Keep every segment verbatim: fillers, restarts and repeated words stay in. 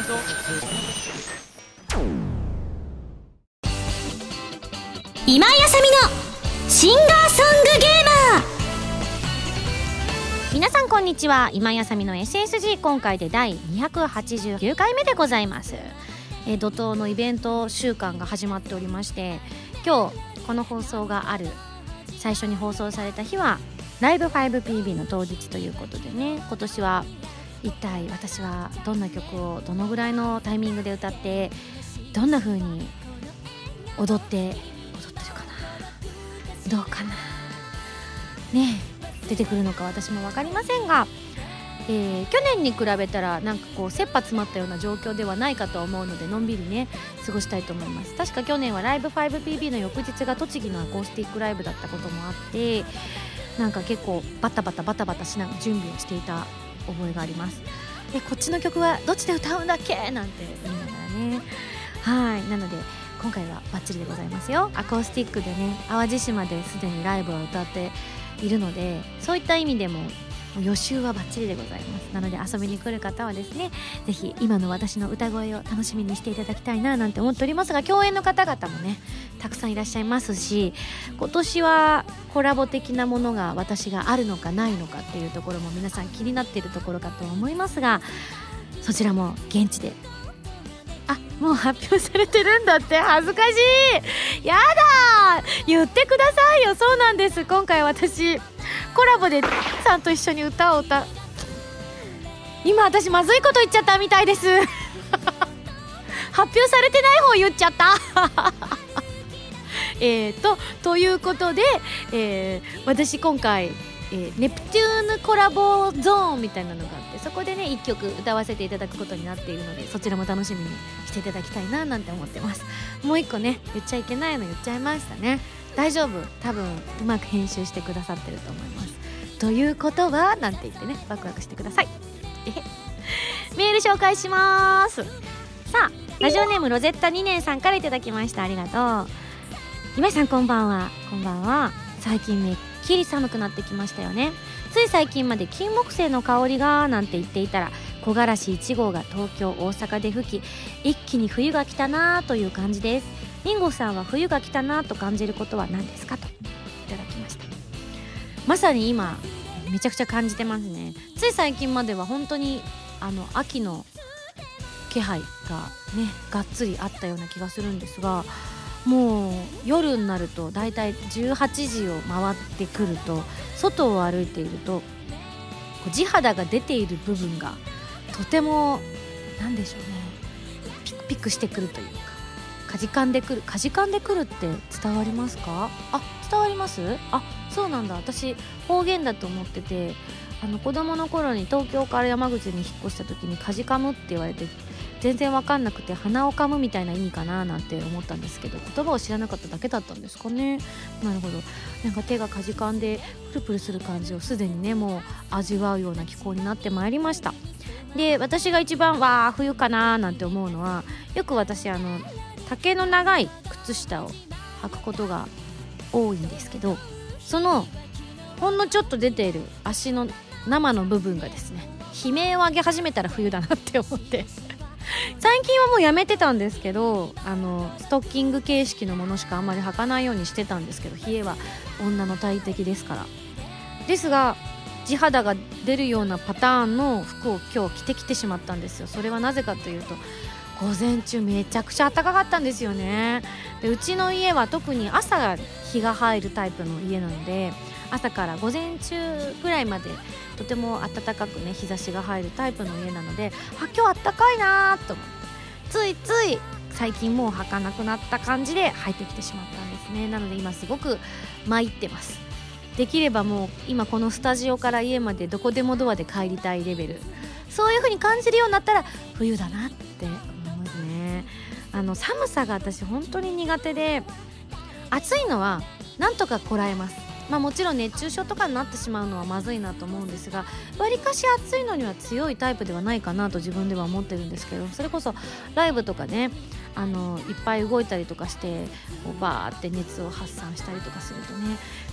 今井あさみのシンガーソングゲーマー。皆さんこんにちは。今井あさみの エスエスジー 今回でだいにひゃくはちじゅうきゅうかいめでございます。えー、怒涛のイベント週間が始まっておりまして、今日この放送がある最初に放送された日はライブ ファイブピービー の当日ということでね、今年は一体私はどんな曲をどのぐらいのタイミングで歌ってどんな風に踊ってどうかなね出てくるのか私も分かりませんが、えー、去年に比べたらなんかこう切羽詰まったような状況ではないかと思うので、のんびりね過ごしたいと思います。確か去年はライブ ファイブピービー の翌日が栃木のアコースティックライブだったこともあって、なんか結構バタバタバタバタしながら準備をしていた覚えがあります。でこっちの曲はどっちで歌うんだっけなんて言いながらね、はいなので今回はバッチリでございますよ。アコースティックでね淡路島ですでにライブを歌っているので、そういった意味でも予習はバッチリでございます。なので遊びに来る方はですね、ぜひ今の私の歌声を楽しみにしていただきたいななんて思っておりますが、共演の方々もねたくさんいらっしゃいますし、今年はコラボ的なものが私があるのかないのかっていうところも皆さん気になっているところかと思いますが、そちらも現地であもう発表されてるんだって、恥ずかしい、やだ言ってくださいよ。そうなんです、今回私コラボでさんと一緒に歌を歌今私まずいこと言っちゃったみたいです発表されてない方言っちゃったえーとということで、えー、私今回えー、ネプチューヌコラボゾーンみたいなのがあって、そこでねいっきょく歌わせていただくことになっているので、そちらも楽しみにしていただきたいななんて思ってます。もういっこね言っちゃいけないの言っちゃいましたね。大丈夫、多分うまく編集してくださってると思います。ということはなんて言ってねワクワクしてください。えメール紹介します。さあラジオネームロゼッタにねんさんからいただきました。ありがとう。今井さんこんばんは。こんばんは。最近めっきり寒くなってきましたよね。つい最近まで金木犀の香りがなんて言っていたら、木枯らしいちごうが東京大阪で吹き、一気に冬が来たなという感じです。リンゴさんは冬が来たなと感じることは何ですかといただきました。まさに今めちゃくちゃ感じてますね。つい最近までは本当にあの秋の気配がねがっつりあったような気がするんですが、もう夜になるとだいたいじゅうはちじを回ってくると、外を歩いているとこう地肌が出ている部分がとてもなんでしょうね、ピクピクしてくるというか、かじかんでくるかじかんでくるって伝わりますか？あ、伝わります？あ、そうなんだ。私方言だと思ってて、あの子供の頃に東京から山口に引っ越した時にかじかむって言われて全然わかんなくて、鼻をかむみたいな意味かななんて思ったんですけど、言葉を知らなかっただけだったんですかね。なるほど。なんか手がかじかんでプルプルする感じをすでにねもう味わうような気候になってまいりました。で私が一番わー冬かななんて思うのは、よく私あの丈の長い靴下を履くことが多いんですけど、そのほんのちょっと出ている足の生の部分がですね悲鳴を上げ始めたら冬だなって思って最近はもうやめてたんですけど、あのストッキング形式のものしかあんまり履かないようにしてたんですけど、冷えは女の大敵ですから。ですが地肌が出るようなパターンの服を今日着てきてしまったんですよ。それはなぜかというと、午前中めちゃくちゃ暖かかったんですよね。でうちの家は特に朝日が入るタイプの家なので、朝から午前中ぐらいまでとても暖かくね日差しが入るタイプの家なので、あ今日暖かいなと思って、ついつい最近もう履かなくなった感じで履いてきてしまったんですね。なので今すごく参ってます。できればもう今このスタジオから家までどこでもドアで帰りたいレベル、そういう風に感じるようになったら冬だなって思いますね。あの寒さが私本当に苦手で、暑いのはなんとかこらえます。まあもちろん熱中症とかになってしまうのはまずいなと思うんですが、わりかし暑いのには強いタイプではないかなと自分では思ってるんですけど、それこそライブとかねあのいっぱい動いたりとかしてこうバーって熱を発散したりとかするとね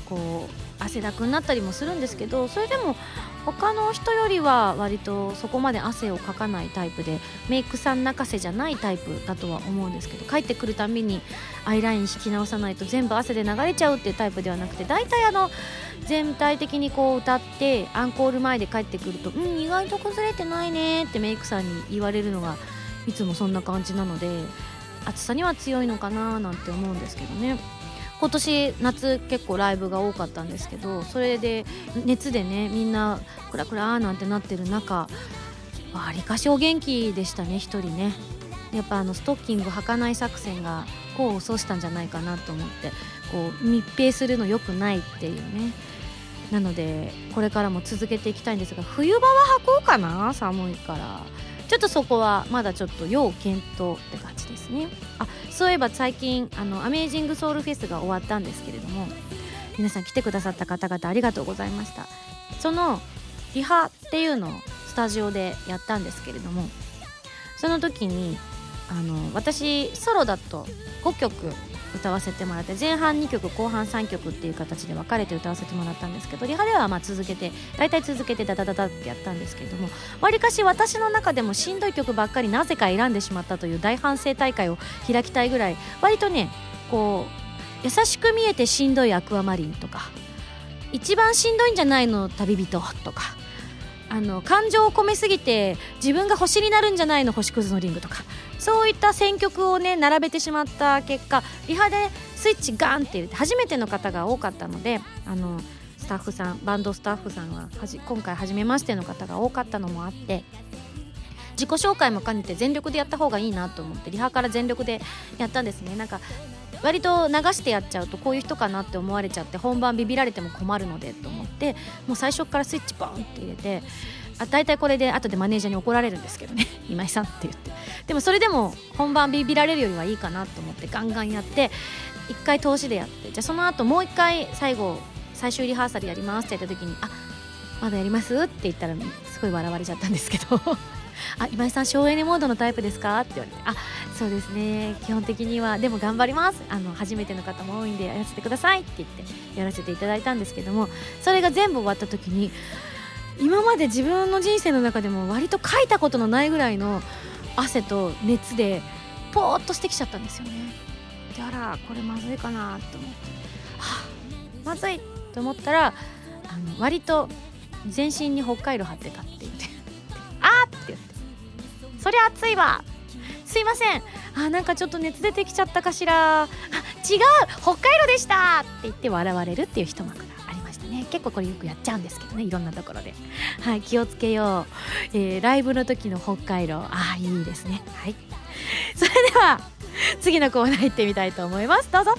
こう汗だくになったりもするんですけど、それでも他の人よりは割とそこまで汗をかかないタイプで、メイクさん泣かせじゃないタイプだとは思うんですけど、帰ってくるたびにアイライン引き直さないと全部汗で流れちゃうっていうタイプではなくて、だいたいあの全体的にこう歌ってアンコール前で帰ってくると、うん意外と崩れてないねってメイクさんに言われるのがいつもそんな感じなので、暑さには強いのかななんて思うんですけどね。今年夏結構ライブが多かったんですけど、それで熱でねみんなクラクラーなんてなってる中、わりかしお元気でしたね。一人ねやっぱあのストッキング履かない作戦が功を奏したんじゃないかなと思って、こう密閉するの良くないっていうね。なのでこれからも続けていきたいんですが、冬場は履こうかな、寒いから。ちょっとそこはまだちょっと要検討って感じですね。あ、そういえば最近あのアメージングソウルフェスが終わったんですけれども、皆さん来てくださった方々ありがとうございました。そのリハっていうのをスタジオでやったんですけれども、その時にあの私ソロだとごきょく歌わせてもらって、前半にきょく後半さんきょくっていう形で分かれて歌わせてもらったんですけど、リハではまあ続けて大体続けてダダダダってやったんですけれども、わりかし私の中でもしんどい曲ばっかりなぜか選んでしまったという大反省大会を開きたいぐらい、割とねこう優しく見えてしんどいアクアマリンとか、一番しんどいんじゃないの旅人とか、あの感情を込めすぎて自分が星になるんじゃないの星屑のリングとか、そういった選曲をね並べてしまった結果、リハでスイッチガンって入れて、初めての方が多かったので、あのスタッフさんバンドスタッフさんははじ今回初めましての方が多かったのもあって、自己紹介も兼ねて全力でやった方がいいなと思ってリハから全力でやったんですね。なんか割と流してやっちゃうとこういう人かなって思われちゃって本番ビビられても困るのでと思って、もう最初からスイッチバーンって入れて、あ大体これで後でマネージャーに怒られるんですけどね今井さんって言って、でもそれでも本番ビビられるよりはいいかなと思ってガンガンやって、一回通しでやって、じゃあその後もう一回最後最終リハーサルやりますって言った時に、あまだやりますって言ったらすごい笑われちゃったんですけどあ今井さん省エネモードのタイプですかって言われて、あそうですね基本的には、でも頑張ります、あの初めての方も多いんでやらせてくださいって言ってやらせていただいたんですけども、それが全部終わった時に、今まで自分の人生の中でも割とかいたことのないぐらいの汗と熱でポーっとしてきちゃったんですよね。であらこれまずいかなと思って、はあ、まずいと思ったら、あの割と全身に北海道張ってたって言ってあーって言って、そりゃ暑いわ、すいません、あなんかちょっと熱出てきちゃったかしら、あ違う北海道でしたって言って笑われるっていう一幕がありましたね。結構これよくやっちゃうんですけどね、いろんなところで、はい、気をつけよう、えー、ライブの時の北海道、あいいですね。はい、それでは次のコーナー行ってみたいと思います。どうぞ。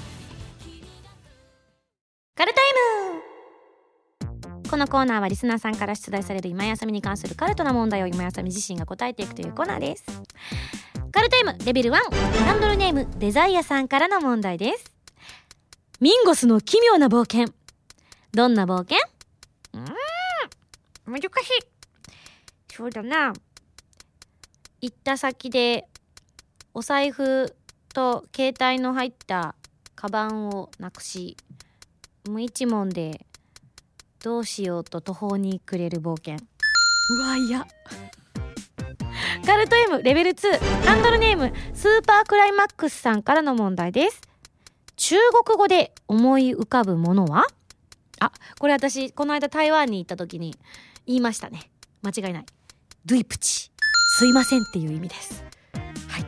カルタイム。このコーナーはリスナーさんから出題される今井あさみに関するカルトな問題を今井あさみ自身が答えていくというコーナーです。カルタイムレベルワン、ハンドルネームデザイアさんからの問題です。ミンゴスの奇妙な冒険、どんな冒険？うーん難しい。そうだな、行った先でお財布と携帯の入ったカバンをなくし、無一文でどうしようと途方に暮れる冒険。うわいやカルト M レベルツー、ハンドルネームスーパークライマックスさんからの問題です。中国語で思い浮かぶものは？あ、これ私この間台湾に行った時に言いましたね。間違いない。ドゥイプチ、すいませんっていう意味です。はい、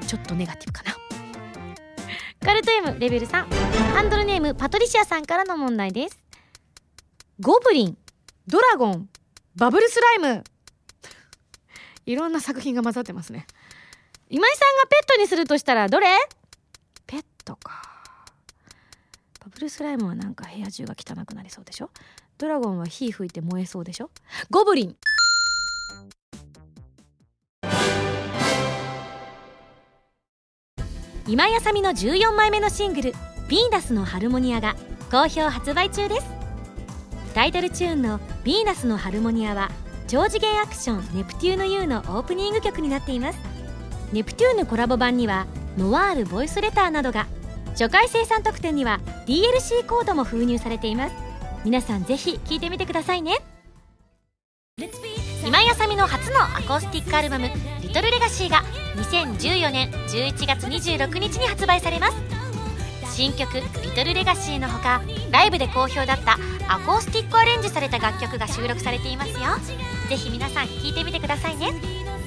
ちょっとネガティブかな。カルト M レベルさん、ハンドルネームパトリシアさんからの問題です。ゴブリン、ドラゴン、バブルスライムいろんな作品が混ざってますね。今井さんがペットにするとしたらどれ？ペットか。バブルスライムはなんか部屋中が汚くなりそうでしょ。ドラゴンは火吹いて燃えそうでしょ。ゴブリン。今井あさみのじゅうよんまいめのシングル「ヴィーナスのハルモニア」が好評発売中です。タイトルチューンの「ヴィーナスのハルモニア」は超次元アクションネプテューヌ U のオープニング曲になっています。ネプテューヌコラボ版にはノワールボイスレターなどが、 初回生産特典には ディーエルシー コードも封入されています。皆さんぜひ聴いてみてくださいね。今井あさみの初のアコースティックアルバム「リトルレガシー」がにせんじゅうよねんじゅういちがつにじゅうろくにちに発売されます。新曲「リトルレガシー」のほか、ライブで好評だったアコースティックアレンジされた楽曲が収録されていますよ。ぜひ皆さん聴いてみてくださいね。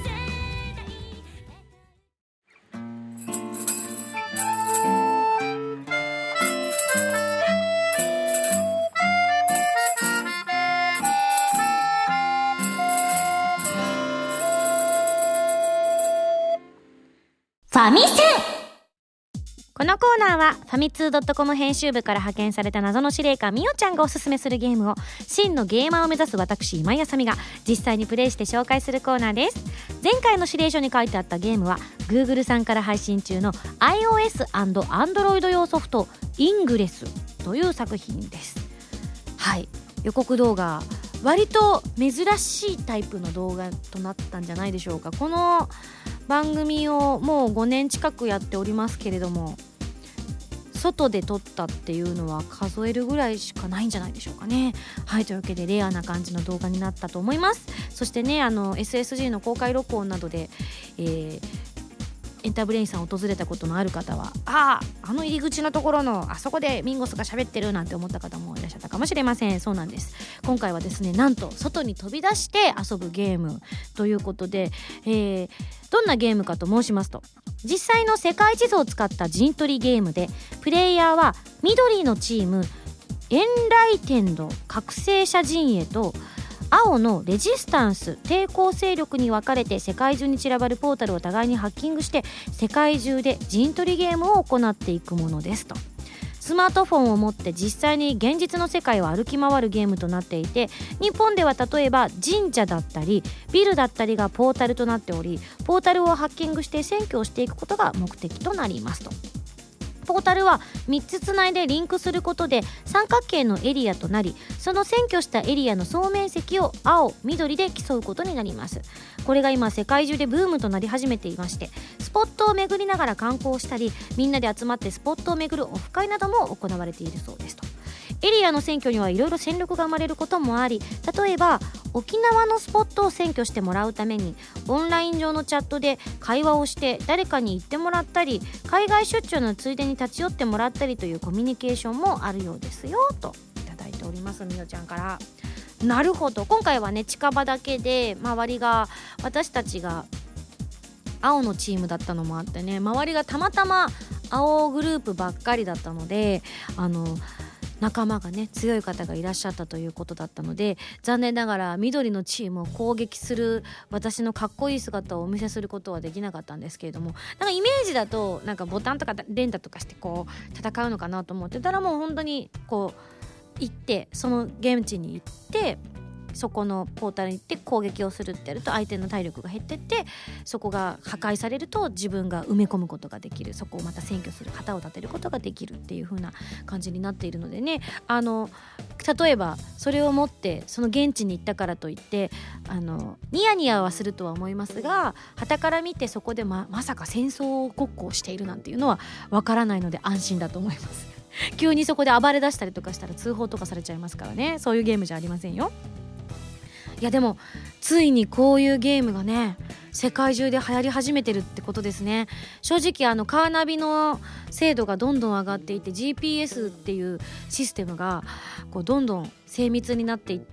ファミセン。このコーナーはファミツー .com 編集部から派遣された謎の司令官みおちゃんがおすすめするゲームを真のゲーマーを目指す私今井あさみが実際にプレイして紹介するコーナーです。前回の指令書に書いてあったゲームは Google さんから配信中の iOS& Android 用ソフトイングレスという作品です。はい、予告動画割と珍しいタイプの動画となったんじゃないでしょうか。この番組をもうごねん近くやっておりますけれども、外で撮ったっていうのは数えるぐらいしかないんじゃないでしょうかね。はい、というわけでレアな感じの動画になったと思います。そしてね、あの エスエスジー の公開録音などで、えー、エンターブレインさんを訪れたことのある方は、あああの入り口のところのあそこでミンゴスが喋ってるなんて思った方もいらっしゃったかもしれません。そうなんです。今回はですね、なんと外に飛び出して遊ぶゲームということで、えー、どんなゲームかと申しますと、実際の世界地図を使った陣取りゲームで、プレイヤーは緑のチームエンライテンド覚醒者陣営と青のレジスタンス抵抗勢力に分かれて世界中に散らばるポータルを互いにハッキングして世界中で陣取りゲームを行っていくものですと。スマートフォンを持って実際に現実の世界を歩き回るゲームとなっていて、日本では例えば神社だったりビルだったりがポータルとなっており、ポータルをハッキングして占拠をしていくことが目的となりますと。ポータルはみっつつないでリンクすることで三角形のエリアとなり、その占拠したエリアの総面積を青、緑で競うことになります。これが今世界中でブームとなり始めていまして、スポットを巡りながら観光したり、みんなで集まってスポットを巡るオフ会なども行われているそうですと。エリアの占拠にはいろいろ戦力が生まれることもあり、例えば沖縄のスポットを占拠してもらうためにオンライン上のチャットで会話をして誰かに言ってもらったり、海外出張のついでに立ち寄ってもらったりというコミュニケーションもあるようですよといただいております。みおちゃんから。なるほど。今回はね、近場だけで周りが、私たちが青のチームだったのもあってね、周りがたまたま青グループばっかりだったので、あの仲間がね強い方がいらっしゃったということだったので、残念ながら緑のチームを攻撃する私のかっこいい姿をお見せすることはできなかったんですけれども、なんかイメージだとなんかボタンとか連打とかしてこう戦うのかなと思ってたら、もう本当にこう行って、その現地に行ってそこのポータルに行って攻撃をするってやると相手の体力が減ってって、そこが破壊されると自分が埋め込むことができる、そこをまた占拠する、旗を立てることができるっていう風な感じになっているのでね、あの例えばそれを持ってその現地に行ったからといってあのニヤニヤはするとは思いますが、傍から見てそこで ま, まさか戦争ごっこをしているなんていうのはわからないので安心だと思います。急にそこで暴れ出したりとかしたら通報とかされちゃいますからね、そういうゲームじゃありませんよ。いやでもついにこういうゲームがね世界中で流行り始めてるってことですね。正直あのカーナビの精度がどんどん上がっていて ジーピーエス っていうシステムがこうどんどん精密になっていって、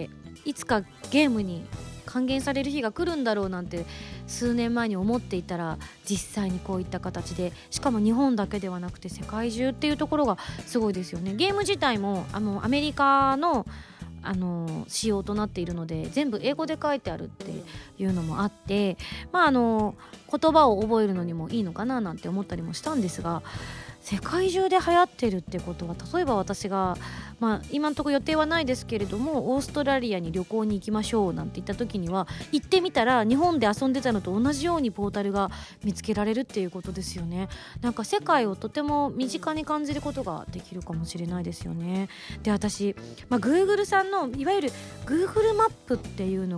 いつかゲームに還元される日が来るんだろうなんて数年前に思っていたら、実際にこういった形で、しかも日本だけではなくて世界中っていうところがすごいですよね。ゲーム自体もあのアメリカのあの仕様となっているので全部英語で書いてあるっていうのもあって、まああの言葉を覚えるのにもいいのかななんて思ったりもしたんですが、世界中で流行ってるってことは、例えば私が、まあ、今のところ予定はないですけれどもオーストラリアに旅行に行きましょうなんて言った時には、行ってみたら日本で遊んでたのと同じようにポータルが見つけられるっていうことですよね。なんか世界をとても身近に感じることができるかもしれないですよね。で私、まあ、Google さんのいわゆる Google マップっていうのが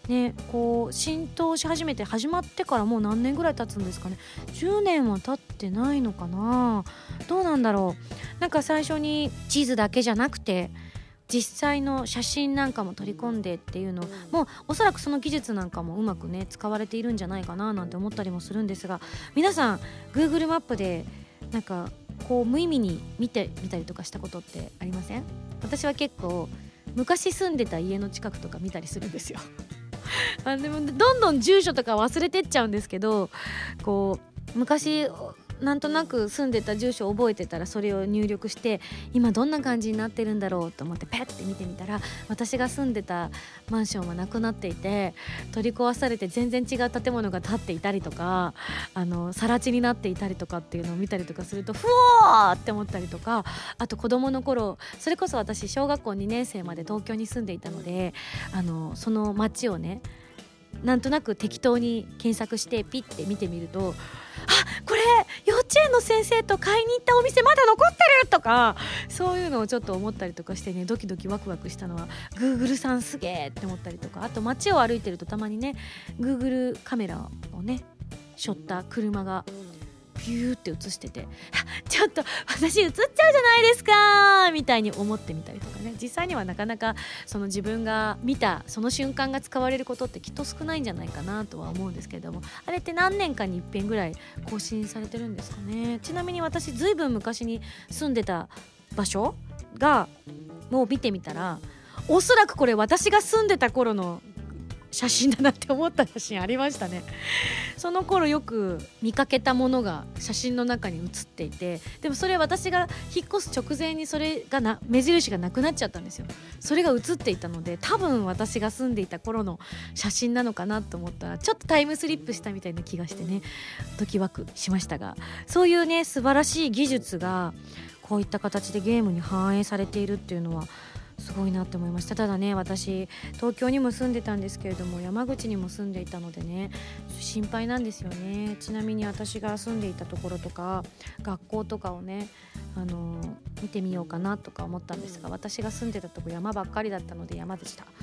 ね、こう浸透し始めて始まってからもう何年ぐらい経つんですかね。じゅうねんは経ってないのかな、どうなんだろう。なんか最初に地図だけじゃなくて実際の写真なんかも取り込んでっていうのもうおそらくその技術なんかもうまくね使われているんじゃないかななんて思ったりもするんですが、皆さん Google マップでなんかこう無意味に見てみたりとかしたことってありません？私は結構昔住んでた家の近くとか見たりするんですよあでもどんどん住所とか忘れてっちゃうんですけど、こう昔なんとなく住んでた住所を覚えてたらそれを入力して今どんな感じになってるんだろうと思ってペッて見てみたら、私が住んでたマンションはなくなっていて取り壊されて全然違う建物が建っていたりとか、あの更地になっていたりとかっていうのを見たりとかするとふわーって思ったりとか、あと子供の頃それこそ私小学校にねん生まで東京に住んでいたので、あのその街をねなんとなく適当に検索してピッて見てみると、あ、これ幼稚園の先生と買いに行ったお店まだ残ってるとか、そういうのをちょっと思ったりとかしてね、ドキドキワクワクしたのは Google さんすげーって思ったりとか、あと街を歩いてるとたまにね Google カメラをね背負った車がピューって映してて、ちょっと私映っちゃうじゃないですかみたいに思ってみたりとかね、実際にはなかなかその自分が見たその瞬間が使われることってきっと少ないんじゃないかなとは思うんですけれども、あれって何年かに一遍ぐらい更新されてるんですかね。ちなみに私ずいぶん昔に住んでた場所がもう見てみたら、おそらくこれ私が住んでた頃の写真だなって思った写真ありましたね。その頃よく見かけたものが写真の中に写っていて、でもそれ私が引っ越す直前にそれがな目印がなくなっちゃったんですよ。それが写っていたので多分私が住んでいた頃の写真なのかなと思ったら、ちょっとタイムスリップしたみたいな気がしてねドキワクしましたが、そういうね素晴らしい技術がこういった形でゲームに反映されているっていうのはすごいなって思いました。ただね、私東京にも住んでたんですけれども山口にも住んでいたのでね心配なんですよね。ちなみに私が住んでいたところとか学校とかをね、あのー、見てみようかなとか思ったんですが、私が住んでたとこ山ばっかりだったので山でした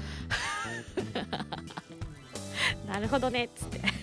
なるほどねっつって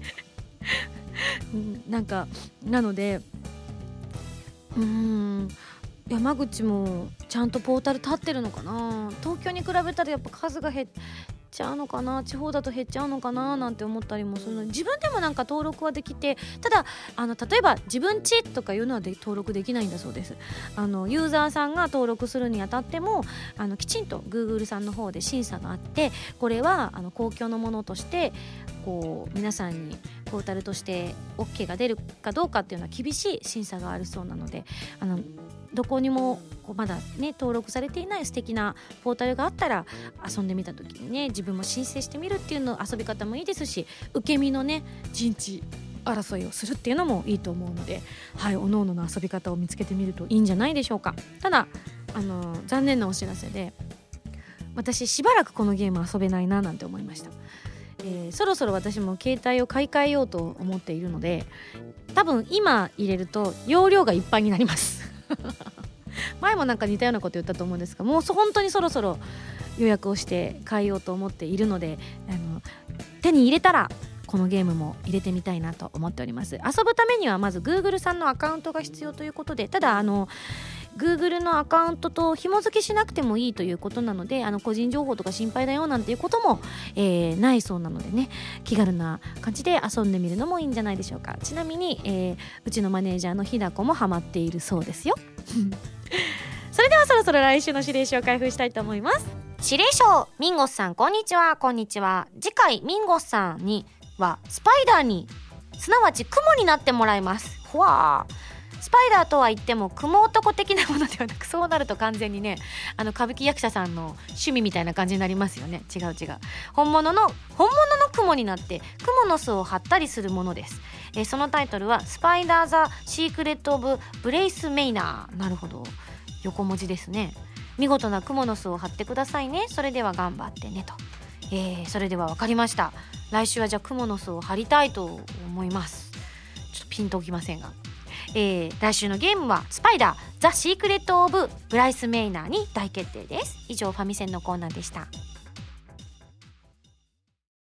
なんかなのでうーん山口もちゃんとポータル立ってるのかな。東京に比べたらやっぱ数が減っちゃうのかな、地方だと減っちゃうのかななんて思ったりもするので、自分でもなんか登録はできて、ただあの例えば自分家とかいうのはで登録できないんだそうです。あのユーザーさんが登録するにあたってもあのきちんと Google さんの方で審査があって、これはあの公共のものとしてこう皆さんにポータルとして OK が出るかどうかっていうのは厳しい審査があるそうなので、あのどこにもこうまだね登録されていない素敵なポータルがあったら遊んでみた時にね自分も申請してみるっていうの遊び方もいいですし、受け身のね陣地争いをするっていうのもいいと思うので、はい、おのおのの遊び方を見つけてみるといいんじゃないでしょうか。ただあの残念なお知らせで、私しばらくこのゲーム遊べないななんて思いました。えー、そろそろ私も携帯を買い替えようと思っているので、多分今入れると容量がいっぱいになります前もなんか似たようなこと言ったと思うんですが、もう本当にそろそろ予約をして買いようと思っているので、あの手に入れたらこのゲームも入れてみたいなと思っております。遊ぶためにはまず Google さんのアカウントが必要ということで、ただあのGoogle のアカウントと紐付けしなくてもいいということなので、あの個人情報とか心配だよなんていうことも、えー、ないそうなのでね、気軽な感じで遊んでみるのもいいんじゃないでしょうか。ちなみに、えー、うちのマネージャーのひなこもハマっているそうですよそれではそろそろ来週の指令書を開封したいと思います。 指令書、ミンゴスさんこんにちは。こんにちは。次回ミンゴスさんにはスパイダーにすなわち雲になってもらいます。ほわー。スパイダーとは言っても雲男的なものではなく、そうなると完全にねあの歌舞伎役者さんの趣味みたいな感じになりますよね。違う違う、本物の本物の雲になって雲の巣を張ったりするものです。えー、そのタイトルはスパイダーザシークレットオブブレイスメイナー。なるほど、横文字ですね。見事な雲の巣を張ってくださいね。それでは頑張ってねと。えー、それでは分かりました。来週はじゃあ雲の巣を張りたいと思います。ちょっとピンときませんが、えー、来週のゲームはスパイダーザ・シークレット・オブ・ブライス・メイナーに大決定です。以上ファミセンのコーナーでした。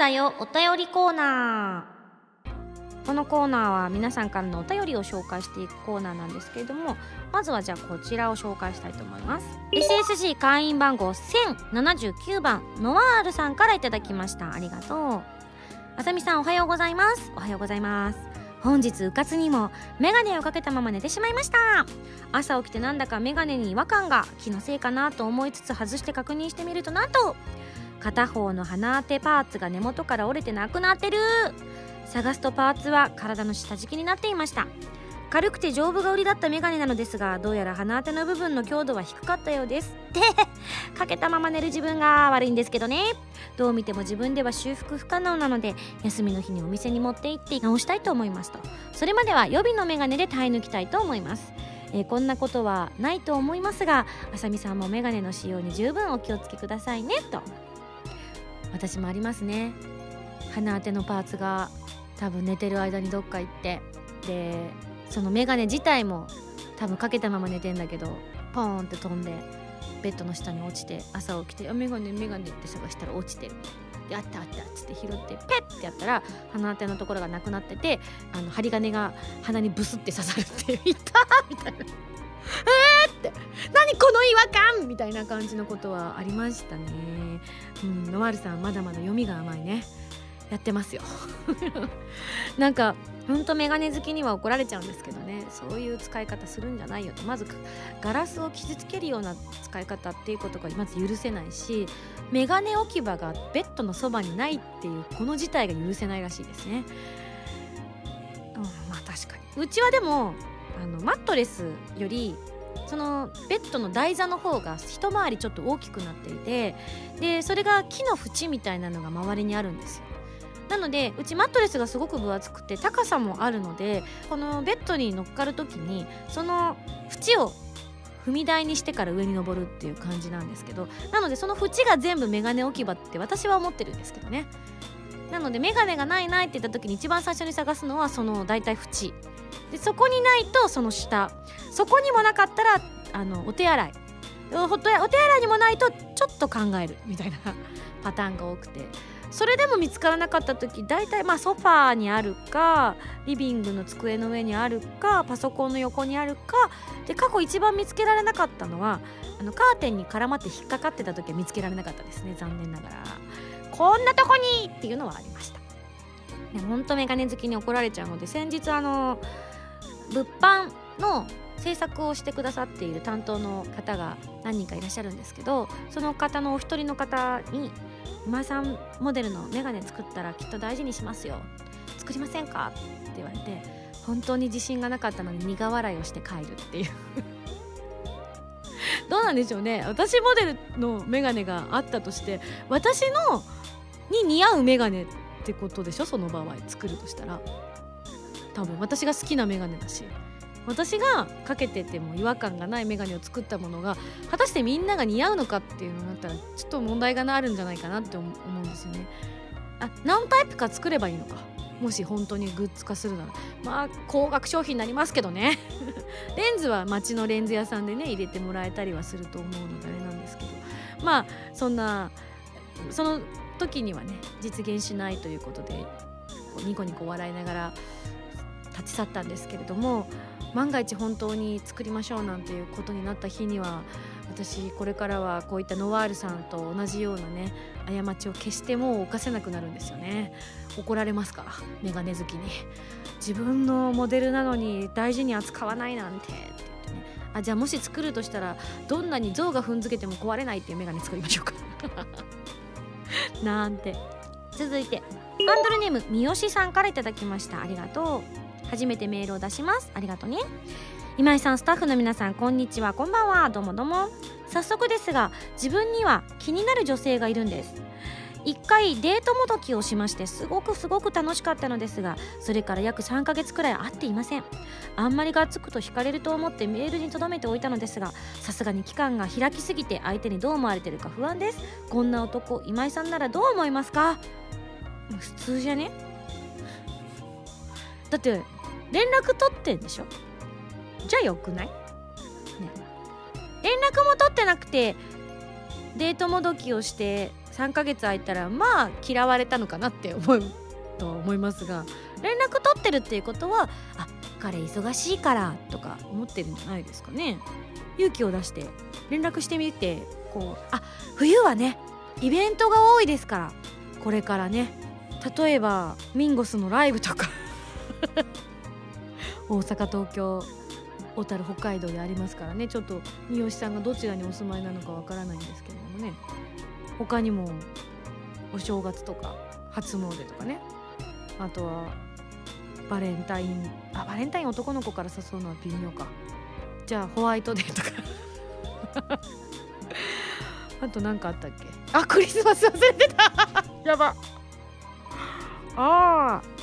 だよお便りコーナー。このコーナーは皆さんからのお便りを紹介していくコーナーなんですけれども、まずはじゃあこちらを紹介したいと思います。 エスエスジー 会員番号せんななじゅうきゅうばんノワールさんからいただきました。ありがとう。あさみさんおはようございます。おはようございます。本日うかつにもメガネをかけたまま寝てしまいました。朝起きてなんだかメガネに違和感が、気のせいかなと思いつつ外して確認してみると、なんと片方の鼻当てパーツが根元から折れてなくなってる。探すとパーツは体の下敷きになっていました。軽くて丈夫が売りだったメガネなのですが、どうやら鼻当ての部分の強度は低かったようですでかけたまま寝る自分が悪いんですけどね。どう見ても自分では修復不可能なので、休みの日にお店に持って行って直したいと思いますと。それまでは予備のメガネで耐え抜きたいと思います。えー、こんなことはないと思いますが、あさみさんもメガネの使用に十分お気をつけくださいねと。私もありますね。鼻当てのパーツが多分寝てる間にどっか行って、でそのメガネ自体も多分かけたまま寝てんだけど、ポーンって飛んでベッドの下に落ちて、朝起きてメガネメガネって探したら落ちてる。であったあったっつって拾ってペッってやったら鼻当てのところがなくなってて、あの針金が鼻にブスって刺さるって言ったみたいなえーって何この違和感みたいな感じのことはありましたね。うん、ノワールさんまだまだ読みが甘いね。やってますよなんかほんとメガネ好きには怒られちゃうんですけどね、そういう使い方するんじゃないよと。まずガラスを傷つけるような使い方っていうことがまず許せないし、メガネ置き場がベッドのそばにないっていうこの事態が許せないらしいですね。うん、まあ確かにうちはでもあのマットレスよりそのベッドの台座の方が一回りちょっと大きくなっていて、でそれが木の縁みたいなのが周りにあるんですよ。なのでうちマットレスがすごく分厚くて高さもあるので、このベッドに乗っかるときにその縁を踏み台にしてから上に登るっていう感じなんですけど、なのでその縁が全部メガネ置き場って私は思ってるんですけどね。なのでメガネがないないって言った時に一番最初に探すのはそのだいたい縁で、そこにないとその下、そこにもなかったらあのお手洗い、お手洗いにもないとちょっと考えるみたいなパターンが多くて、それでも見つからなかった時、だいたいまあソファーにあるかリビングの机の上にあるかパソコンの横にあるかで、過去一番見つけられなかったのはあのカーテンに絡まって引っかかってた時は見つけられなかったですね、残念ながら。こんなとこにっていうのはありました。ほんとメガネ好きに怒られちゃうので、先日あの物販の制作をしてくださっている担当の方が何人かいらっしゃるんですけど、その方のお一人の方に今井さんモデルのメガネ作ったらきっと大事にしますよ、作りませんかって言われて、本当に自信がなかったのに苦笑いをして帰るっていうどうなんでしょうね。私モデルのメガネがあったとして私のに似合うメガネってことでしょ、その場合作るとしたら。多分私が好きなメガネだし、私がかけてても違和感がないメガネを作ったものが果たしてみんなが似合うのかっていうのになったらちょっと問題があるんじゃないかなって思うんですよね。あ、何タイプか作ればいいのか、もし本当にグッズ化するなら。まあ高額商品になりますけどねレンズは街のレンズ屋さんでね入れてもらえたりはすると思うのであれなんですけど、まあそんなその時にはね実現しないということでニコニコ笑いながら立ち去ったんですけれども、万が一本当に作りましょうなんていうことになった日には、私これからはこういったノワールさんと同じようなね過ちを決してもう犯せなくなるんですよね。怒られますからメガネ好きに、自分のモデルなのに大事に扱わないなんてって言ってね。あ、じゃあもし作るとしたらどんなに象が踏んづけても壊れないっていうメガネ作りましょうかなんて。続いてハンドルネーム三好さんからいただきました。ありがとう。初めてメールを出します。ありがとうね。今井さん、スタッフの皆さん、こんにちは、こんばんは。どうもどうも。早速ですが、自分には気になる女性がいるんです。一回デートもどきをしまして、すごくすごく楽しかったのですが、それから約さんかげつくらい会っていません。あんまりがっつくと惹かれると思ってメールに留めておいたのですが、さすがに期間が開きすぎて相手にどう思われてるか不安です。こんな男、今井さんならどう思いますか？普通じゃね？だって連絡取ってんでしょ？じゃあよくない？ね、連絡も取ってなくてデートもどきをしてさんかげつ空いたらまあ嫌われたのかなって思うと思いますが、連絡取ってるっていうことは、あ、彼忙しいからとか思ってるんじゃないですかね。勇気を出して連絡してみて、こう、あ、冬はねイベントが多いですから、これからね、例えばミンゴスのライブとか大阪、東京、小樽、北海道でありますからね。ちょっと三好さんがどちらにお住まいなのかわからないんですけれどもね、他にもお正月とか初詣とかね、あとはバレンタイン、あ、バレンタイン男の子から誘うのは微妙か。じゃあホワイトデーとかあと何かあったっけ。あ、クリスマス忘れてたやば。あー、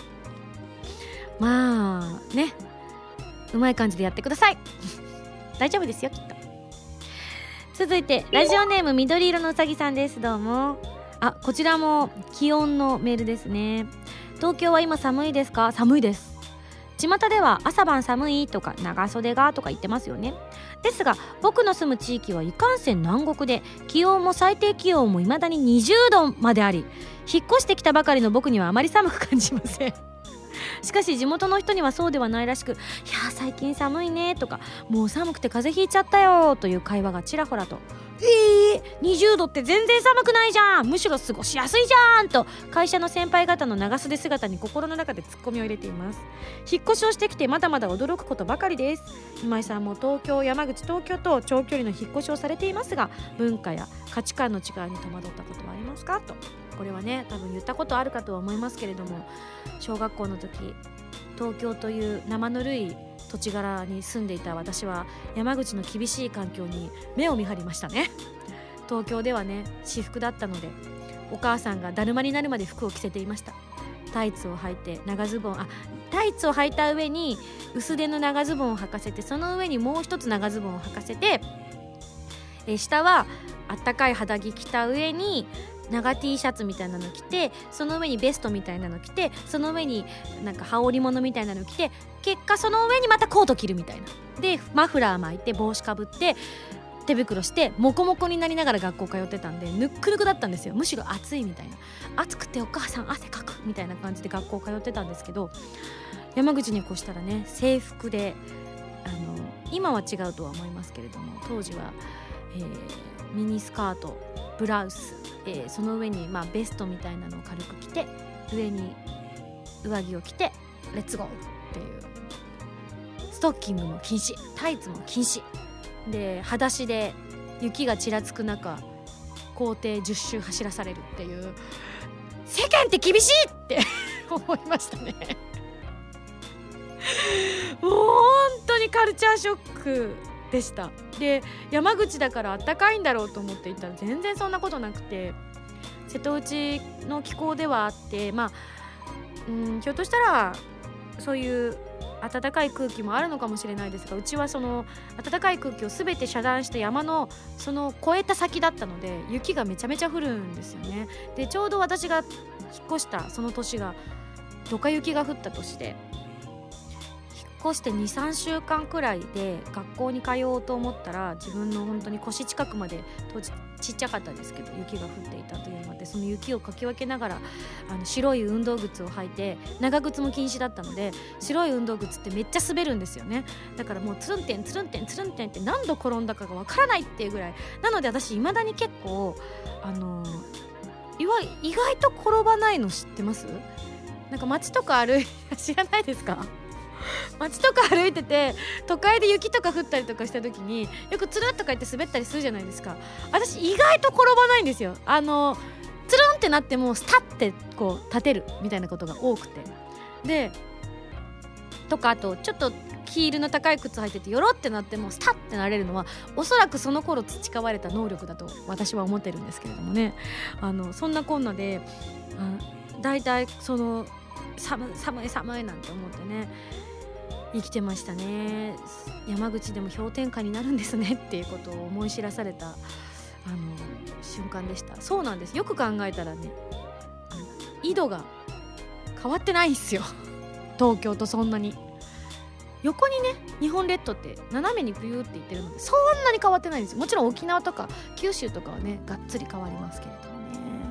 まあね、うまい感じでやってください大丈夫ですよきっと。続いてラジオネーム緑色のうさぎさんです。どうも。あ、こちらも気温のメールですね。東京は今寒いですか？寒いです。巷では朝晩寒いとか長袖がとか言ってますよね。ですが僕の住む地域はいかんせん南国で、気温も最低気温も未だににじゅうどまであり、引っ越してきたばかりの僕にはあまり寒く感じませんしかし地元の人にはそうではないらしく、いや最近寒いねとか、もう寒くて風邪ひいちゃったよという会話がちらほらと。えー、にじゅうどって全然寒くないじゃん、むしろ過ごしやすいじゃんと会社の先輩方の長袖姿に心の中でツッコミを入れています。引っ越しをしてきてまだまだ驚くことばかりです。今井さんも東京、山口、東京と長距離の引っ越しをされていますが、文化や価値観の違いに戸惑ったことはありますかと。これはね、多分言ったことあるかとは思いますけれども、小学校の時東京という生ぬるい土地柄に住んでいた私は、山口の厳しい環境に目を見張りましたね。東京ではね私服だったので、お母さんがだるまになるまで服を着せていました。タイツを履いて長ズボン、あ、タイツを履いた上に薄手の長ズボンを履かせて、その上にもう一つ長ズボンを履かせて、え下はあったかい肌着着た上に長 T シャツみたいなの着て、その上にベストみたいなの着て、その上になんか羽織物みたいなの着て、結果その上にまたコート着るみたいなで、マフラー巻いて帽子かぶって手袋してモコモコになりながら学校通ってたんで、ぬっくぬくだったんですよ。むしろ暑いみたいな、暑くてお母さん汗かくみたいな感じで学校通ってたんですけど、山口に越したらね制服で、あの今は違うとは思いますけれども、当時は、えー、ミニスカート、ブラウス、えー、その上に、まあ、ベストみたいなのを軽く着て、上に上着を着てレッツゴーっていう、ストッキングも禁止、タイツも禁止で、裸足で雪がちらつく中校庭じゅっ周走らされるっていう、世間って厳しいって思いましたねもう本当にカルチャーショックでした。で、山口だからあったかいんだろうと思っていたら全然そんなことなくて、瀬戸内の気候ではあって、まあうんひょっとしたらそういう暖かい空気もあるのかもしれないですが、うちはその暖かい空気を全て遮断した山のその越えた先だったので、雪がめちゃめちゃ降るんですよね。で、ちょうど私が引っ越したその年がドカ雪が降った年で、引っ越して にさんしゅうかんくらいで学校に通おうと思ったら、自分の本当に腰近くまで、当時ちっちゃかったですけど雪が降っていたというので、その雪をかき分けながらあの白い運動靴を履いて、長靴も禁止だったので、白い運動靴ってめっちゃ滑るんですよね。だからもうつるんてんつるんてんつるんてんって何度転んだかがわからないっていうぐらいなので、私未だに結構あの意外と転ばないの知ってます？なんか街とか歩い知らないですか？街とか歩いてて都会で雪とか降ったりとかした時によくつるっとか言って滑ったりするじゃないですか。私意外と転ばないんですよ。あのつるんってなってもスタッてこう立てるみたいなことが多くて、でとか、あとちょっとヒールの高い靴履いててよろってなってもスタッてなれるのは、おそらくその頃培われた能力だと私は思ってるんですけれどもね。あのそんなこんなでだいたいその寒い寒い寒いなんて思ってね生きてましたね。山口でも氷点下になるんですねっていうことを思い知らされたあの瞬間でした。そうなんです。よく考えたらね、あの緯度が変わってないんですよ東京とそんなに。横にね日本列島って斜めにビューっていってるので、そんなに変わってないんですよ。もちろん沖縄とか九州とかはねがっつり変わりますけれどもね。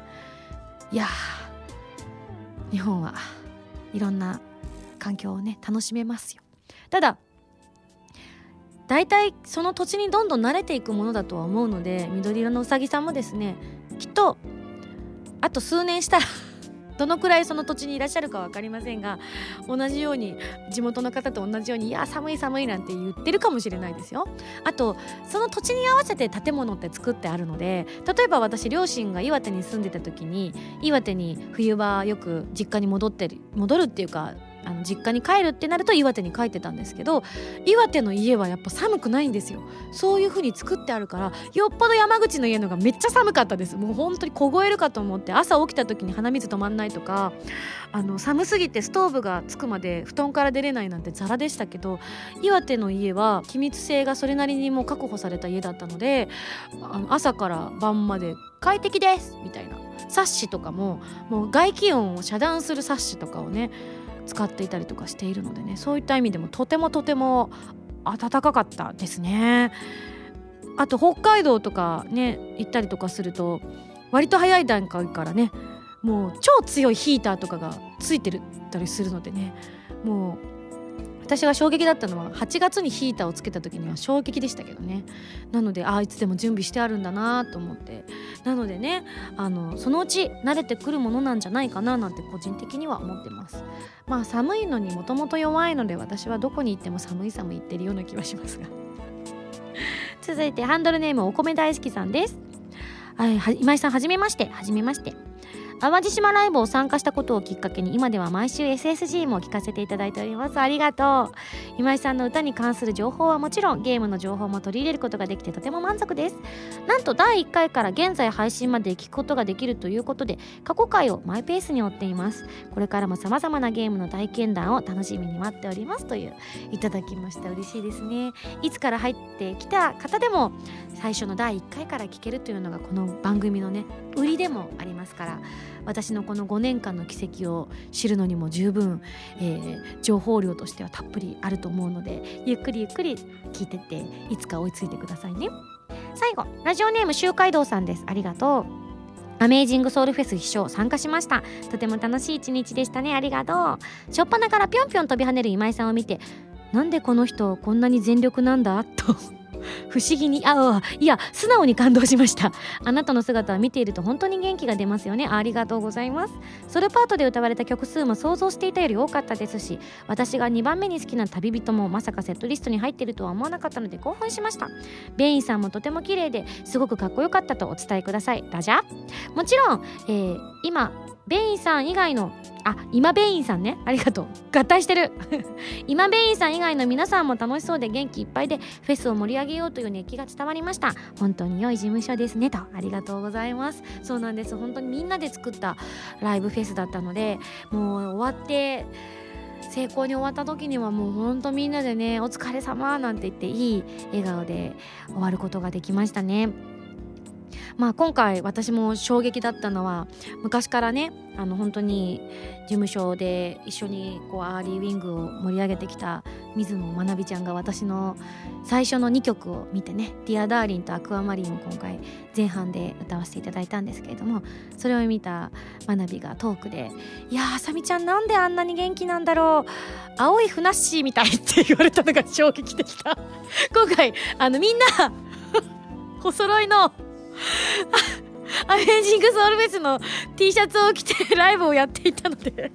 いやー、日本はいろんな環境をね楽しめますよ。ただだいたいその土地にどんどん慣れていくものだとは思うので、緑色のうさぎさんもですね、きっとあと数年したらどのくらいその土地にいらっしゃるか分かりませんが、同じように地元の方と同じようにいや寒い寒いなんて言ってるかもしれないですよ。あとその土地に合わせて建物って作ってあるので、例えば私両親が岩手に住んでた時に、岩手に冬場よく実家に戻ってる戻るっていうかあの実家に帰るってなると岩手に帰ってたんですけど、岩手の家はやっぱ寒くないんですよ。そういう風に作ってあるから、よっぽど山口の家のがめっちゃ寒かったです。もう本当に凍えるかと思って、朝起きた時に鼻水止まんないとか、あの寒すぎてストーブがつくまで布団から出れないなんてザラでしたけど、岩手の家は気密性がそれなりにもう確保された家だったので、あの朝から晩まで快適ですみたいな、サッシとかももう外気温を遮断するサッシとかをね使っていたりとかしているのでね、そういった意味でもとてもとても暖かかったですね。あと北海道とかね行ったりとかすると、割と早い段階からねもう超強いヒーターとかがついてるたりするのでね、もう私が衝撃だったのははちがつにヒーターをつけた時には衝撃でしたけどね。なのであいつでも準備してあるんだなと思って、なのでねあのそのうち慣れてくるものなんじゃないかななんて個人的には思ってます。まあ寒いのにもともと弱いので、私はどこに行っても寒い寒い言ってるような気はしますが続いてハンドルネームお米大好きさんです。はい、は今井さんはじめまして。はじめまして。淡路島ライブを参加したことをきっかけに今では毎週 エスエスジー も聞かせていただいております。ありがとう。今井さんの歌に関する情報はもちろんゲームの情報も取り入れることができてとても満足です。なんとだいいっかいから現在配信まで聞くことができるということで、過去回をマイペースに追っています。これからも様々なゲームの体験談を楽しみに待っておりますといういただきました。嬉しいですね。いつから入ってきた方でも最初のだいいっかいから聞けるというのがこの番組のね売りでもありますから、私のこのごねんかんの軌跡を知るのにも十分、えー、情報量としてはたっぷりあると思うので、ゆっくりゆっくり聞いてっていつか追いついてくださいね。最後ラジオネーム周海道さんです。ありがとう。アメージングソウルフェス必勝参加しました。とても楽しい一日でしたね。ありがとう。初っ端からぴょんぴょん飛び跳ねる今井さんを見て、なんでこの人こんなに全力なんだと不思議にあいや素直に感動しました。あなたの姿は見ていると本当に元気が出ますよね。ありがとうございます。ソロパートで歌われた曲数も想像していたより多かったですし、私がにばんめに好きな旅人もまさかセットリストに入っているとは思わなかったので興奮しました。ベインさんもとても綺麗ですごくかっこよかったとお伝えください。ラジャもちろん、えー、今ベインさん以外のあ今ベインさんね、ありがとう、合体してる今ベインさん以外の皆さんも楽しそうで元気いっぱいでフェスを盛り上げようという熱気が伝わりました。本当に良い事務所ですねと。ありがとうございます。そうなんです。本当にみんなで作ったライブフェスだったので、もう終わって成功に終わった時にはもう本当みんなでねお疲れ様なんて言っていい笑顔で終わることができましたね。まあ今回私も衝撃だったのは、昔からねあの本当に事務所で一緒にこうアーリーウィングを盛り上げてきた水野まなびちゃんが私の最初のにきょくを見てね、ディアダーリンとアクアマリンを今回前半で歌わせていただいたんですけれども、それを見たまなびがトークで、いやーあさみちゃんなんであんなに元気なんだろう、青いふなっしーみたいって言われたのが衝撃でした今回あのみんなお揃いのアメージングソウルフェスの T シャツを着てライブをやっていたので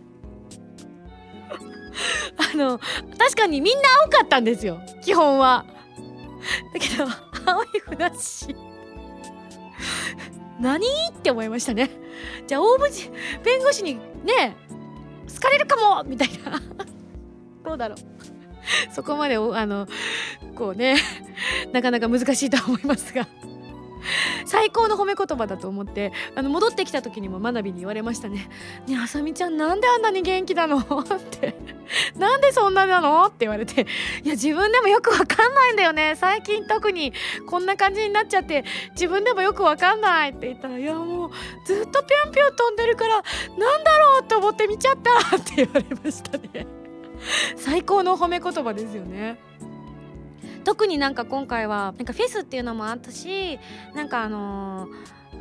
あの確かにみんな青かったんですよ基本は。だけど青いふなっしー何って思いましたね。じゃあ大渕弁護士にね好かれるかもみたいなどうだろうそこまであのこうねなかなか難しいとは思いますが、最高の褒め言葉だと思って、あの戻ってきた時にもまなびに言われましたね。ねえあさみちゃんなんであんなに元気なのってなんでそんななのって言われて、いや自分でもよくわかんないんだよね、最近特にこんな感じになっちゃって自分でもよくわかんないって言ったら、いやもうずっとぴょんぴょん飛んでるからなんだろうと思って見ちゃったって言われましたね最高の褒め言葉ですよね。特になんか今回はなんかフェスっていうのもあったし、なんかあのー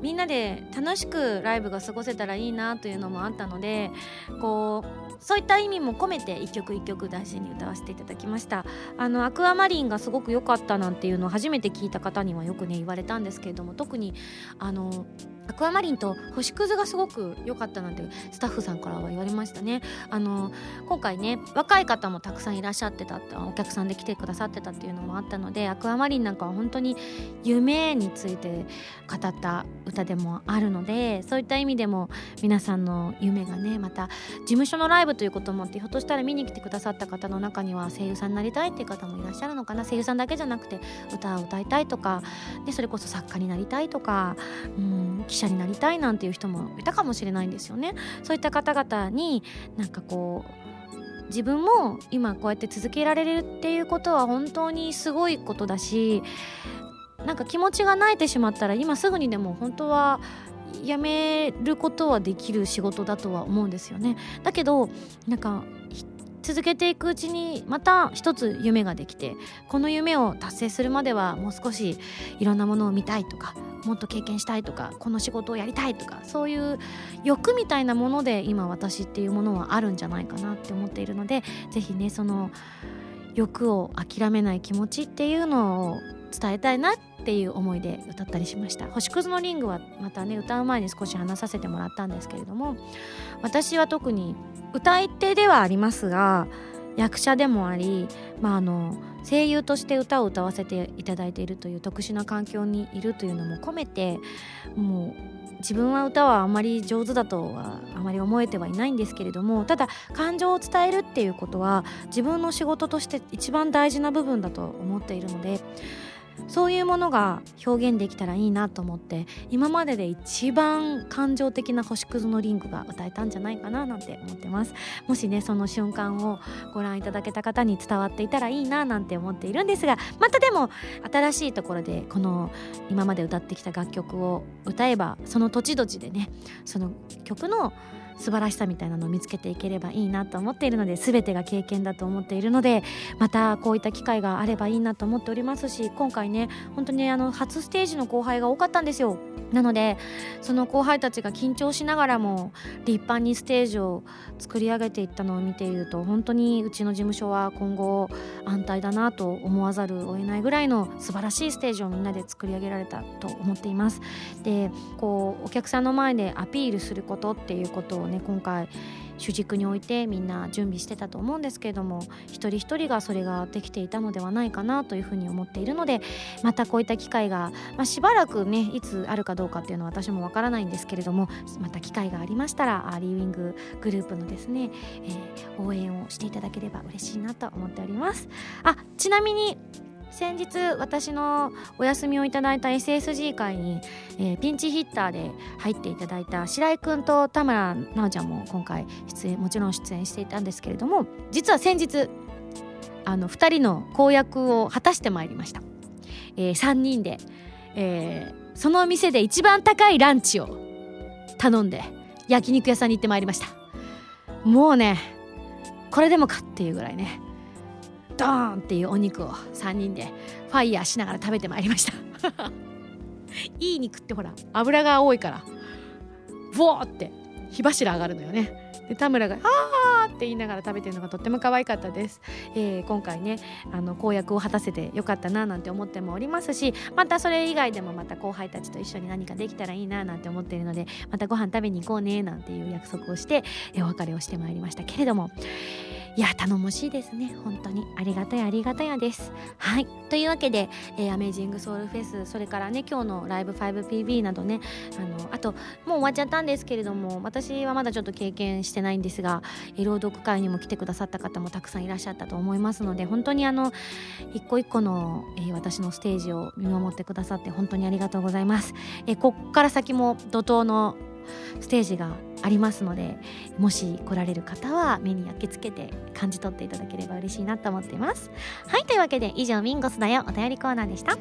みんなで楽しくライブが過ごせたらいいなというのもあったので、こうそういった意味も込めて一曲一曲大事に歌わせていただきました。あのアクアマリンがすごく良かったなんていうのを初めて聞いた方にはよくね言われたんですけれども、特にあのアクアマリンと星屑がすごく良かったなんてスタッフさんからは言われましたね。あの今回ね若い方もたくさんいらっしゃってた、お客さんで来てくださってたっていうのもあったので、アクアマリンなんかは本当に夢について語った歌でもあるので、そういった意味でも皆さんの夢がね、また事務所のライブということもあって、ひょっとしたら見に来てくださった方の中には声優さんになりたいっていう方もいらっしゃるのかな。声優さんだけじゃなくて歌を歌いたいとか、でそれこそ作家になりたいとか、うん記者になりたいなんていう人もいたかもしれないんですよね。そういった方々になんかこう自分も今こうやって続けられるっていうことは本当にすごいことだし、なんか気持ちが慣れてしまったら今すぐにでも本当はやめることはできる仕事だとは思うんですよね。だけどなんか続けていくうちにまた一つ夢ができて、この夢を達成するまではもう少しいろんなものを見たいとか、もっと経験したいとか、この仕事をやりたいとか、そういう欲みたいなもので今私っていうものはあるんじゃないかなって思っているので、ぜひねその欲を諦めない気持ちっていうのを伝えたいなっていう思いで歌ったりしました。星屑のリングはまたね歌う前に少し話させてもらったんですけれども、私は特に歌い手ではありますが役者でもあり、まあ、あの声優として歌を歌わせていただいているという特殊な環境にいるというのも込めて、もう自分は歌はあまり上手だとはあまり思えてはいないんですけれども、ただ感情を伝えるっていうことは自分の仕事として一番大事な部分だと思っているので、そういうものが表現できたらいいなと思って、今までで一番感情的な星屑のリングが歌えたんじゃないかななんて思ってます。もしねその瞬間をご覧いただけた方に伝わっていたらいいななんて思っているんですが、またでも新しいところでこの今まで歌ってきた楽曲を歌えば、その土地土地でねその曲の素晴らしさみたいなのを見つけていければいいなと思っているので、全てが経験だと思っているので、またこういった機会があればいいなと思っておりますし、今回ね本当にあの初ステージの後輩が多かったんですよ。なのでその後輩たちが緊張しながらも立派にステージを作り上げていったのを見ていると、本当にうちの事務所は今後安泰だなと思わざるを得ないぐらいの素晴らしいステージをみんなで作り上げられたと思っています。でこうお客さんの前でアピールすることっていうことをね今回主軸に置いてみんな準備してたと思うんですけれども、一人一人がそれができていたのではないかなというふうに思っているので、またこういった機会が、まあ、しばらくねいつあるかどうかっていうのは私もわからないんですけれども、また機会がありましたらアーリーウィンググループのですね、えー、応援をしていただければ嬉しいなと思っております。あ、ちなみに先日私のお休みをいただいた エスエスジー 会に、えー、ピンチヒッターで入っていただいた白井くんと田村奈緒ちゃんも今回出演もちろん出演していたんですけれども、実は先日あのふたりの公約を果たしてまいりました。えー、さんにんで、えー、その店で一番高いランチを頼んで焼肉屋さんに行ってまいりました。もうねこれでもかっていうぐらいねドーンっていうお肉をさんにんでファイヤーしながら食べてまいりましたいい肉ってほら油が多いからボーって火柱上がるのよね。で田村があーって言いながら食べてるのがとっても可愛かったです。えー、今回ねあの公約を果たせてよかったななんて思ってもおりますし、またそれ以外でもまた後輩たちと一緒に何かできたらいいななんて思っているので、またご飯食べに行こうねなんていう約束をして、えー、お別れをしてまいりましたけれども、いや頼もしいですね。本当にありがたやありがたやです。はい、というわけで、えー、アメージングソウルフェス、それからね今日のライブ ファイブピービー などね、あのあともう終わっちゃったんですけれども、私はまだちょっと経験してないんですが、えー、朗読会にも来てくださった方もたくさんいらっしゃったと思いますので、本当にあの一個一個の、えー、私のステージを見守ってくださって本当にありがとうございます。えー、こっから先も怒涛のステージがありますので、もし来られる方は目に焼き付けて感じ取っていただければ嬉しいなと思っています。はい、というわけで以上ミンゴスだよお便りコーナーでした。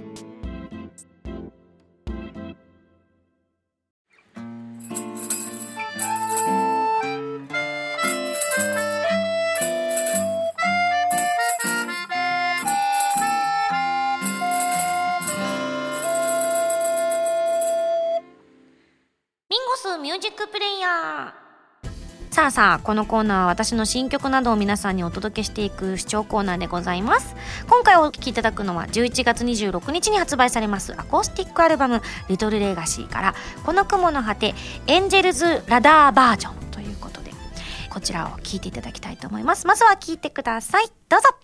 クプレイヤー。さあさあ、このコーナーは私の新曲などを皆さんにお届けしていく視聴コーナーでございます。今回お聴きいただくのはじゅういちがつにじゅうろくにちに発売されますアコースティックアルバムリトルレガシーからこの雲の果てエンジェルズラダーバージョンということで、こちらを聴いていただきたいと思います。まずは聴いてください、どうぞ。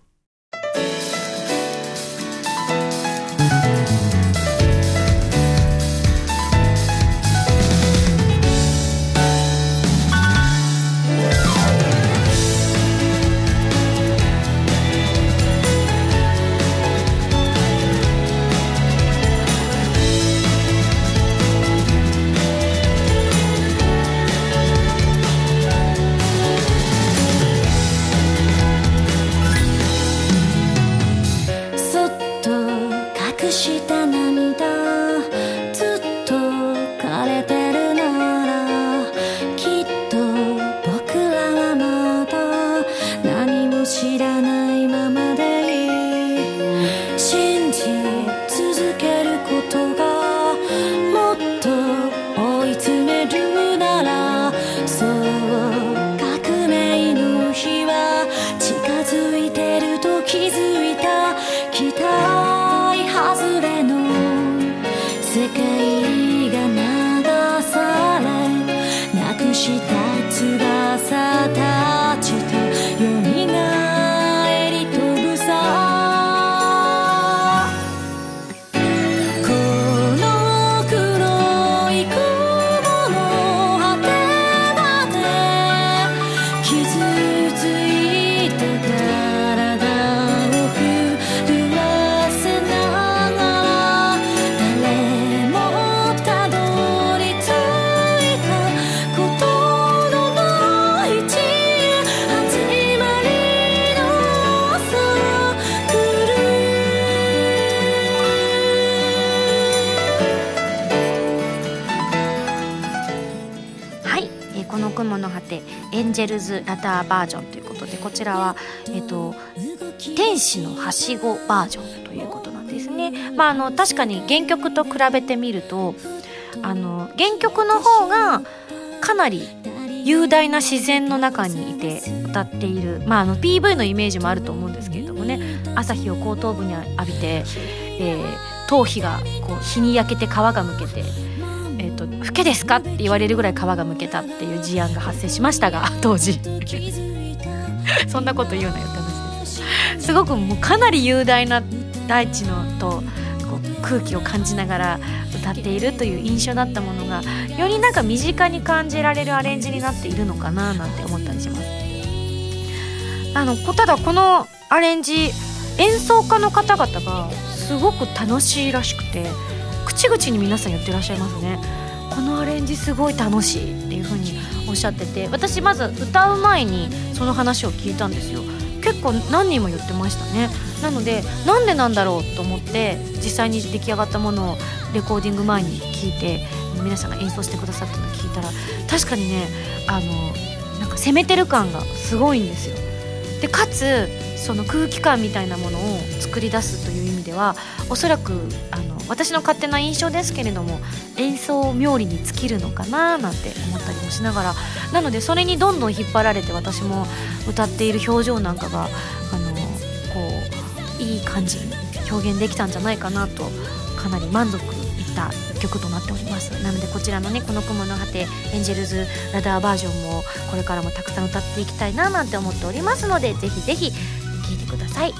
エンジェルズラダーバージョンということで、こちらは、えっと、天使のはしごバージョンということなんですね。まあ、あの確かに原曲と比べてみるとあの原曲の方がかなり雄大な自然の中にいて歌っている、まあ、あの ピーブイ のイメージもあると思うんですけれどもね、朝日を後頭部に浴びて、えー、頭皮がこう日に焼けて皮がむけて、えーと、老けですかって言われるぐらい皮がむけたっていう事案が発生しましたが、当時そんなこと言うなよって話です。すごくもうかなり雄大な大地のとこう空気を感じながら歌っているという印象だったものが、よりなんか身近に感じられるアレンジになっているのかななんて思ったりします。あのただこのアレンジ、演奏家の方々がすごく楽しいらしくて、口々に皆さん言ってらっしゃいますね。このアレンジすごい楽しいっていう風におっしゃってて、私まず歌う前にその話を聞いたんですよ。結構何人も言ってましたね。なのでなんでなんだろうと思って実際に出来上がったものをレコーディング前に聞いて、皆さんが演奏してくださったのを聞いたら、確かにね、あのなんか攻めてる感がすごいんですよ。でかつその空気感みたいなものを作り出すという意味では、おそらくあの私の勝手な印象ですけれども、演奏冥利に尽きるのかななんて思ったりもしながら、なのでそれにどんどん引っ張られて、私も歌っている表情なんかがあのこういい感じに表現できたんじゃないかなと、かなり満足いった曲となっております。なのでこちらのね、この雲の果てエンジェルズラダーバージョンもこれからもたくさん歌っていきたいななんて思っておりますので、ぜひぜひ聴いてください。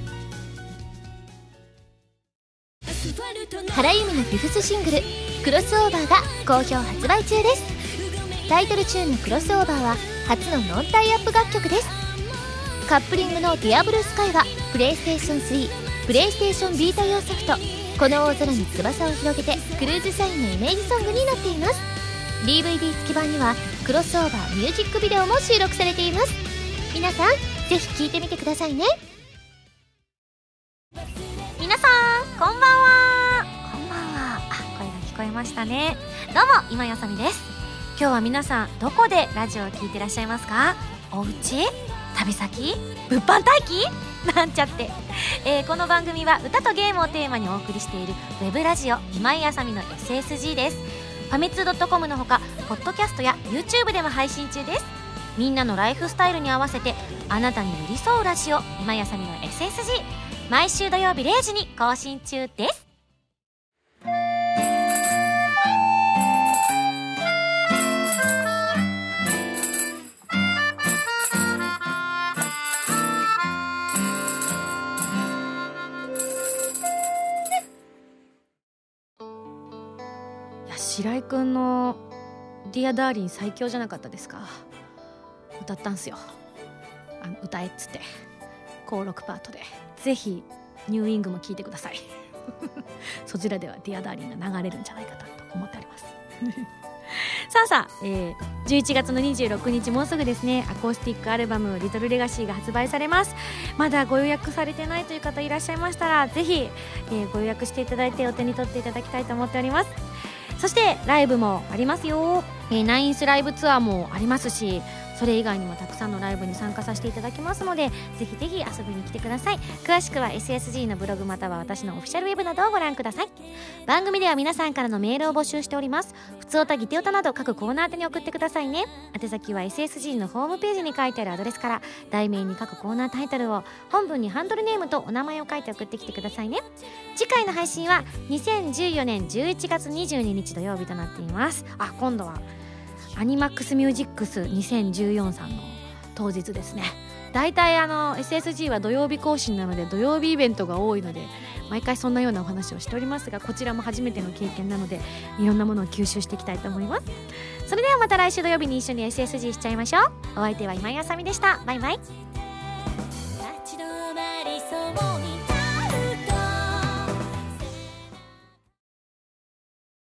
原由美のフィフスシングルクロスオーバーが好評発売中です。タイトルチューンのクロスオーバーは初のノンタイアップ楽曲です。カップリングのディアブルスカイはプレイステーションスリー、プレイステーションビータ用ソフトこの大空に翼を広げてクルーズサインのイメージソングになっています。 ディーブイディー 付き版にはクロスオーバーミュージックビデオも収録されています。皆さんぜひ聴いてみてくださいね。 皆さんこんばんは。こんばんは。あ、声が聞こえましたね。どうも今やさみです。今日は皆さんどこでラジオを聞いてらっしゃいますか？お家？旅先？物販待機？なんちゃって、えー、この番組は歌とゲームをテーマにお送りしているウェブラジオ今井あさみの エスエスジー です。 ファミツー .com のほかポッドキャストや YouTube でも配信中です。みんなのライフスタイルに合わせてあなたに寄り添うラジオ、今やさみの エスエスジー、 毎週土曜日れいじに更新中です。 白井くんのディアダーリン最強じゃなかったですか。歌ったんすよ、あの歌えっつって高ろくパートで。ぜひニューウィングも聴いてくださいそちらではディアダーリンが流れるんじゃないかと思っておりますさあさあ、えー、じゅういちがつのにじゅうろくにち、もうすぐですね、アコースティックアルバムリトルレガシーが発売されます。まだご予約されてないという方いらっしゃいましたら、ぜひ、えー、ご予約していただいてお手に取っていただきたいと思っております。そしてライブもありますよ、えー、ナインスライブツアーもありますし、それ以外にもたくさんのライブに参加させていただきますので、ぜひぜひ遊びに来てください。詳しくは エスエスジー のブログまたは私のオフィシャルウェブなどをご覧ください。番組では皆さんからのメールを募集しております。ふつおた、ぎておたなど各コーナー宛てに送ってくださいね。宛先は エスエスジー のホームページに書いてあるアドレスから、題名に各コーナータイトルを、本文にハンドルネームとお名前を書いて送ってきてくださいね。次回の配信はにせんじゅうよねんじゅういちがつにじゅうににち土曜日となっています。あ、今度はアニマックスミュージックスにせんじゅうよんさんの当日ですね。だいたいあの エスエスジー は土曜日更新なので土曜日イベントが多いので、毎回そんなようなお話をしておりますが、こちらも初めての経験なのでいろんなものを吸収していきたいと思います。それではまた来週土曜日に一緒に エスエスジー しちゃいましょう。お相手は今井あさみでした。バイバイ。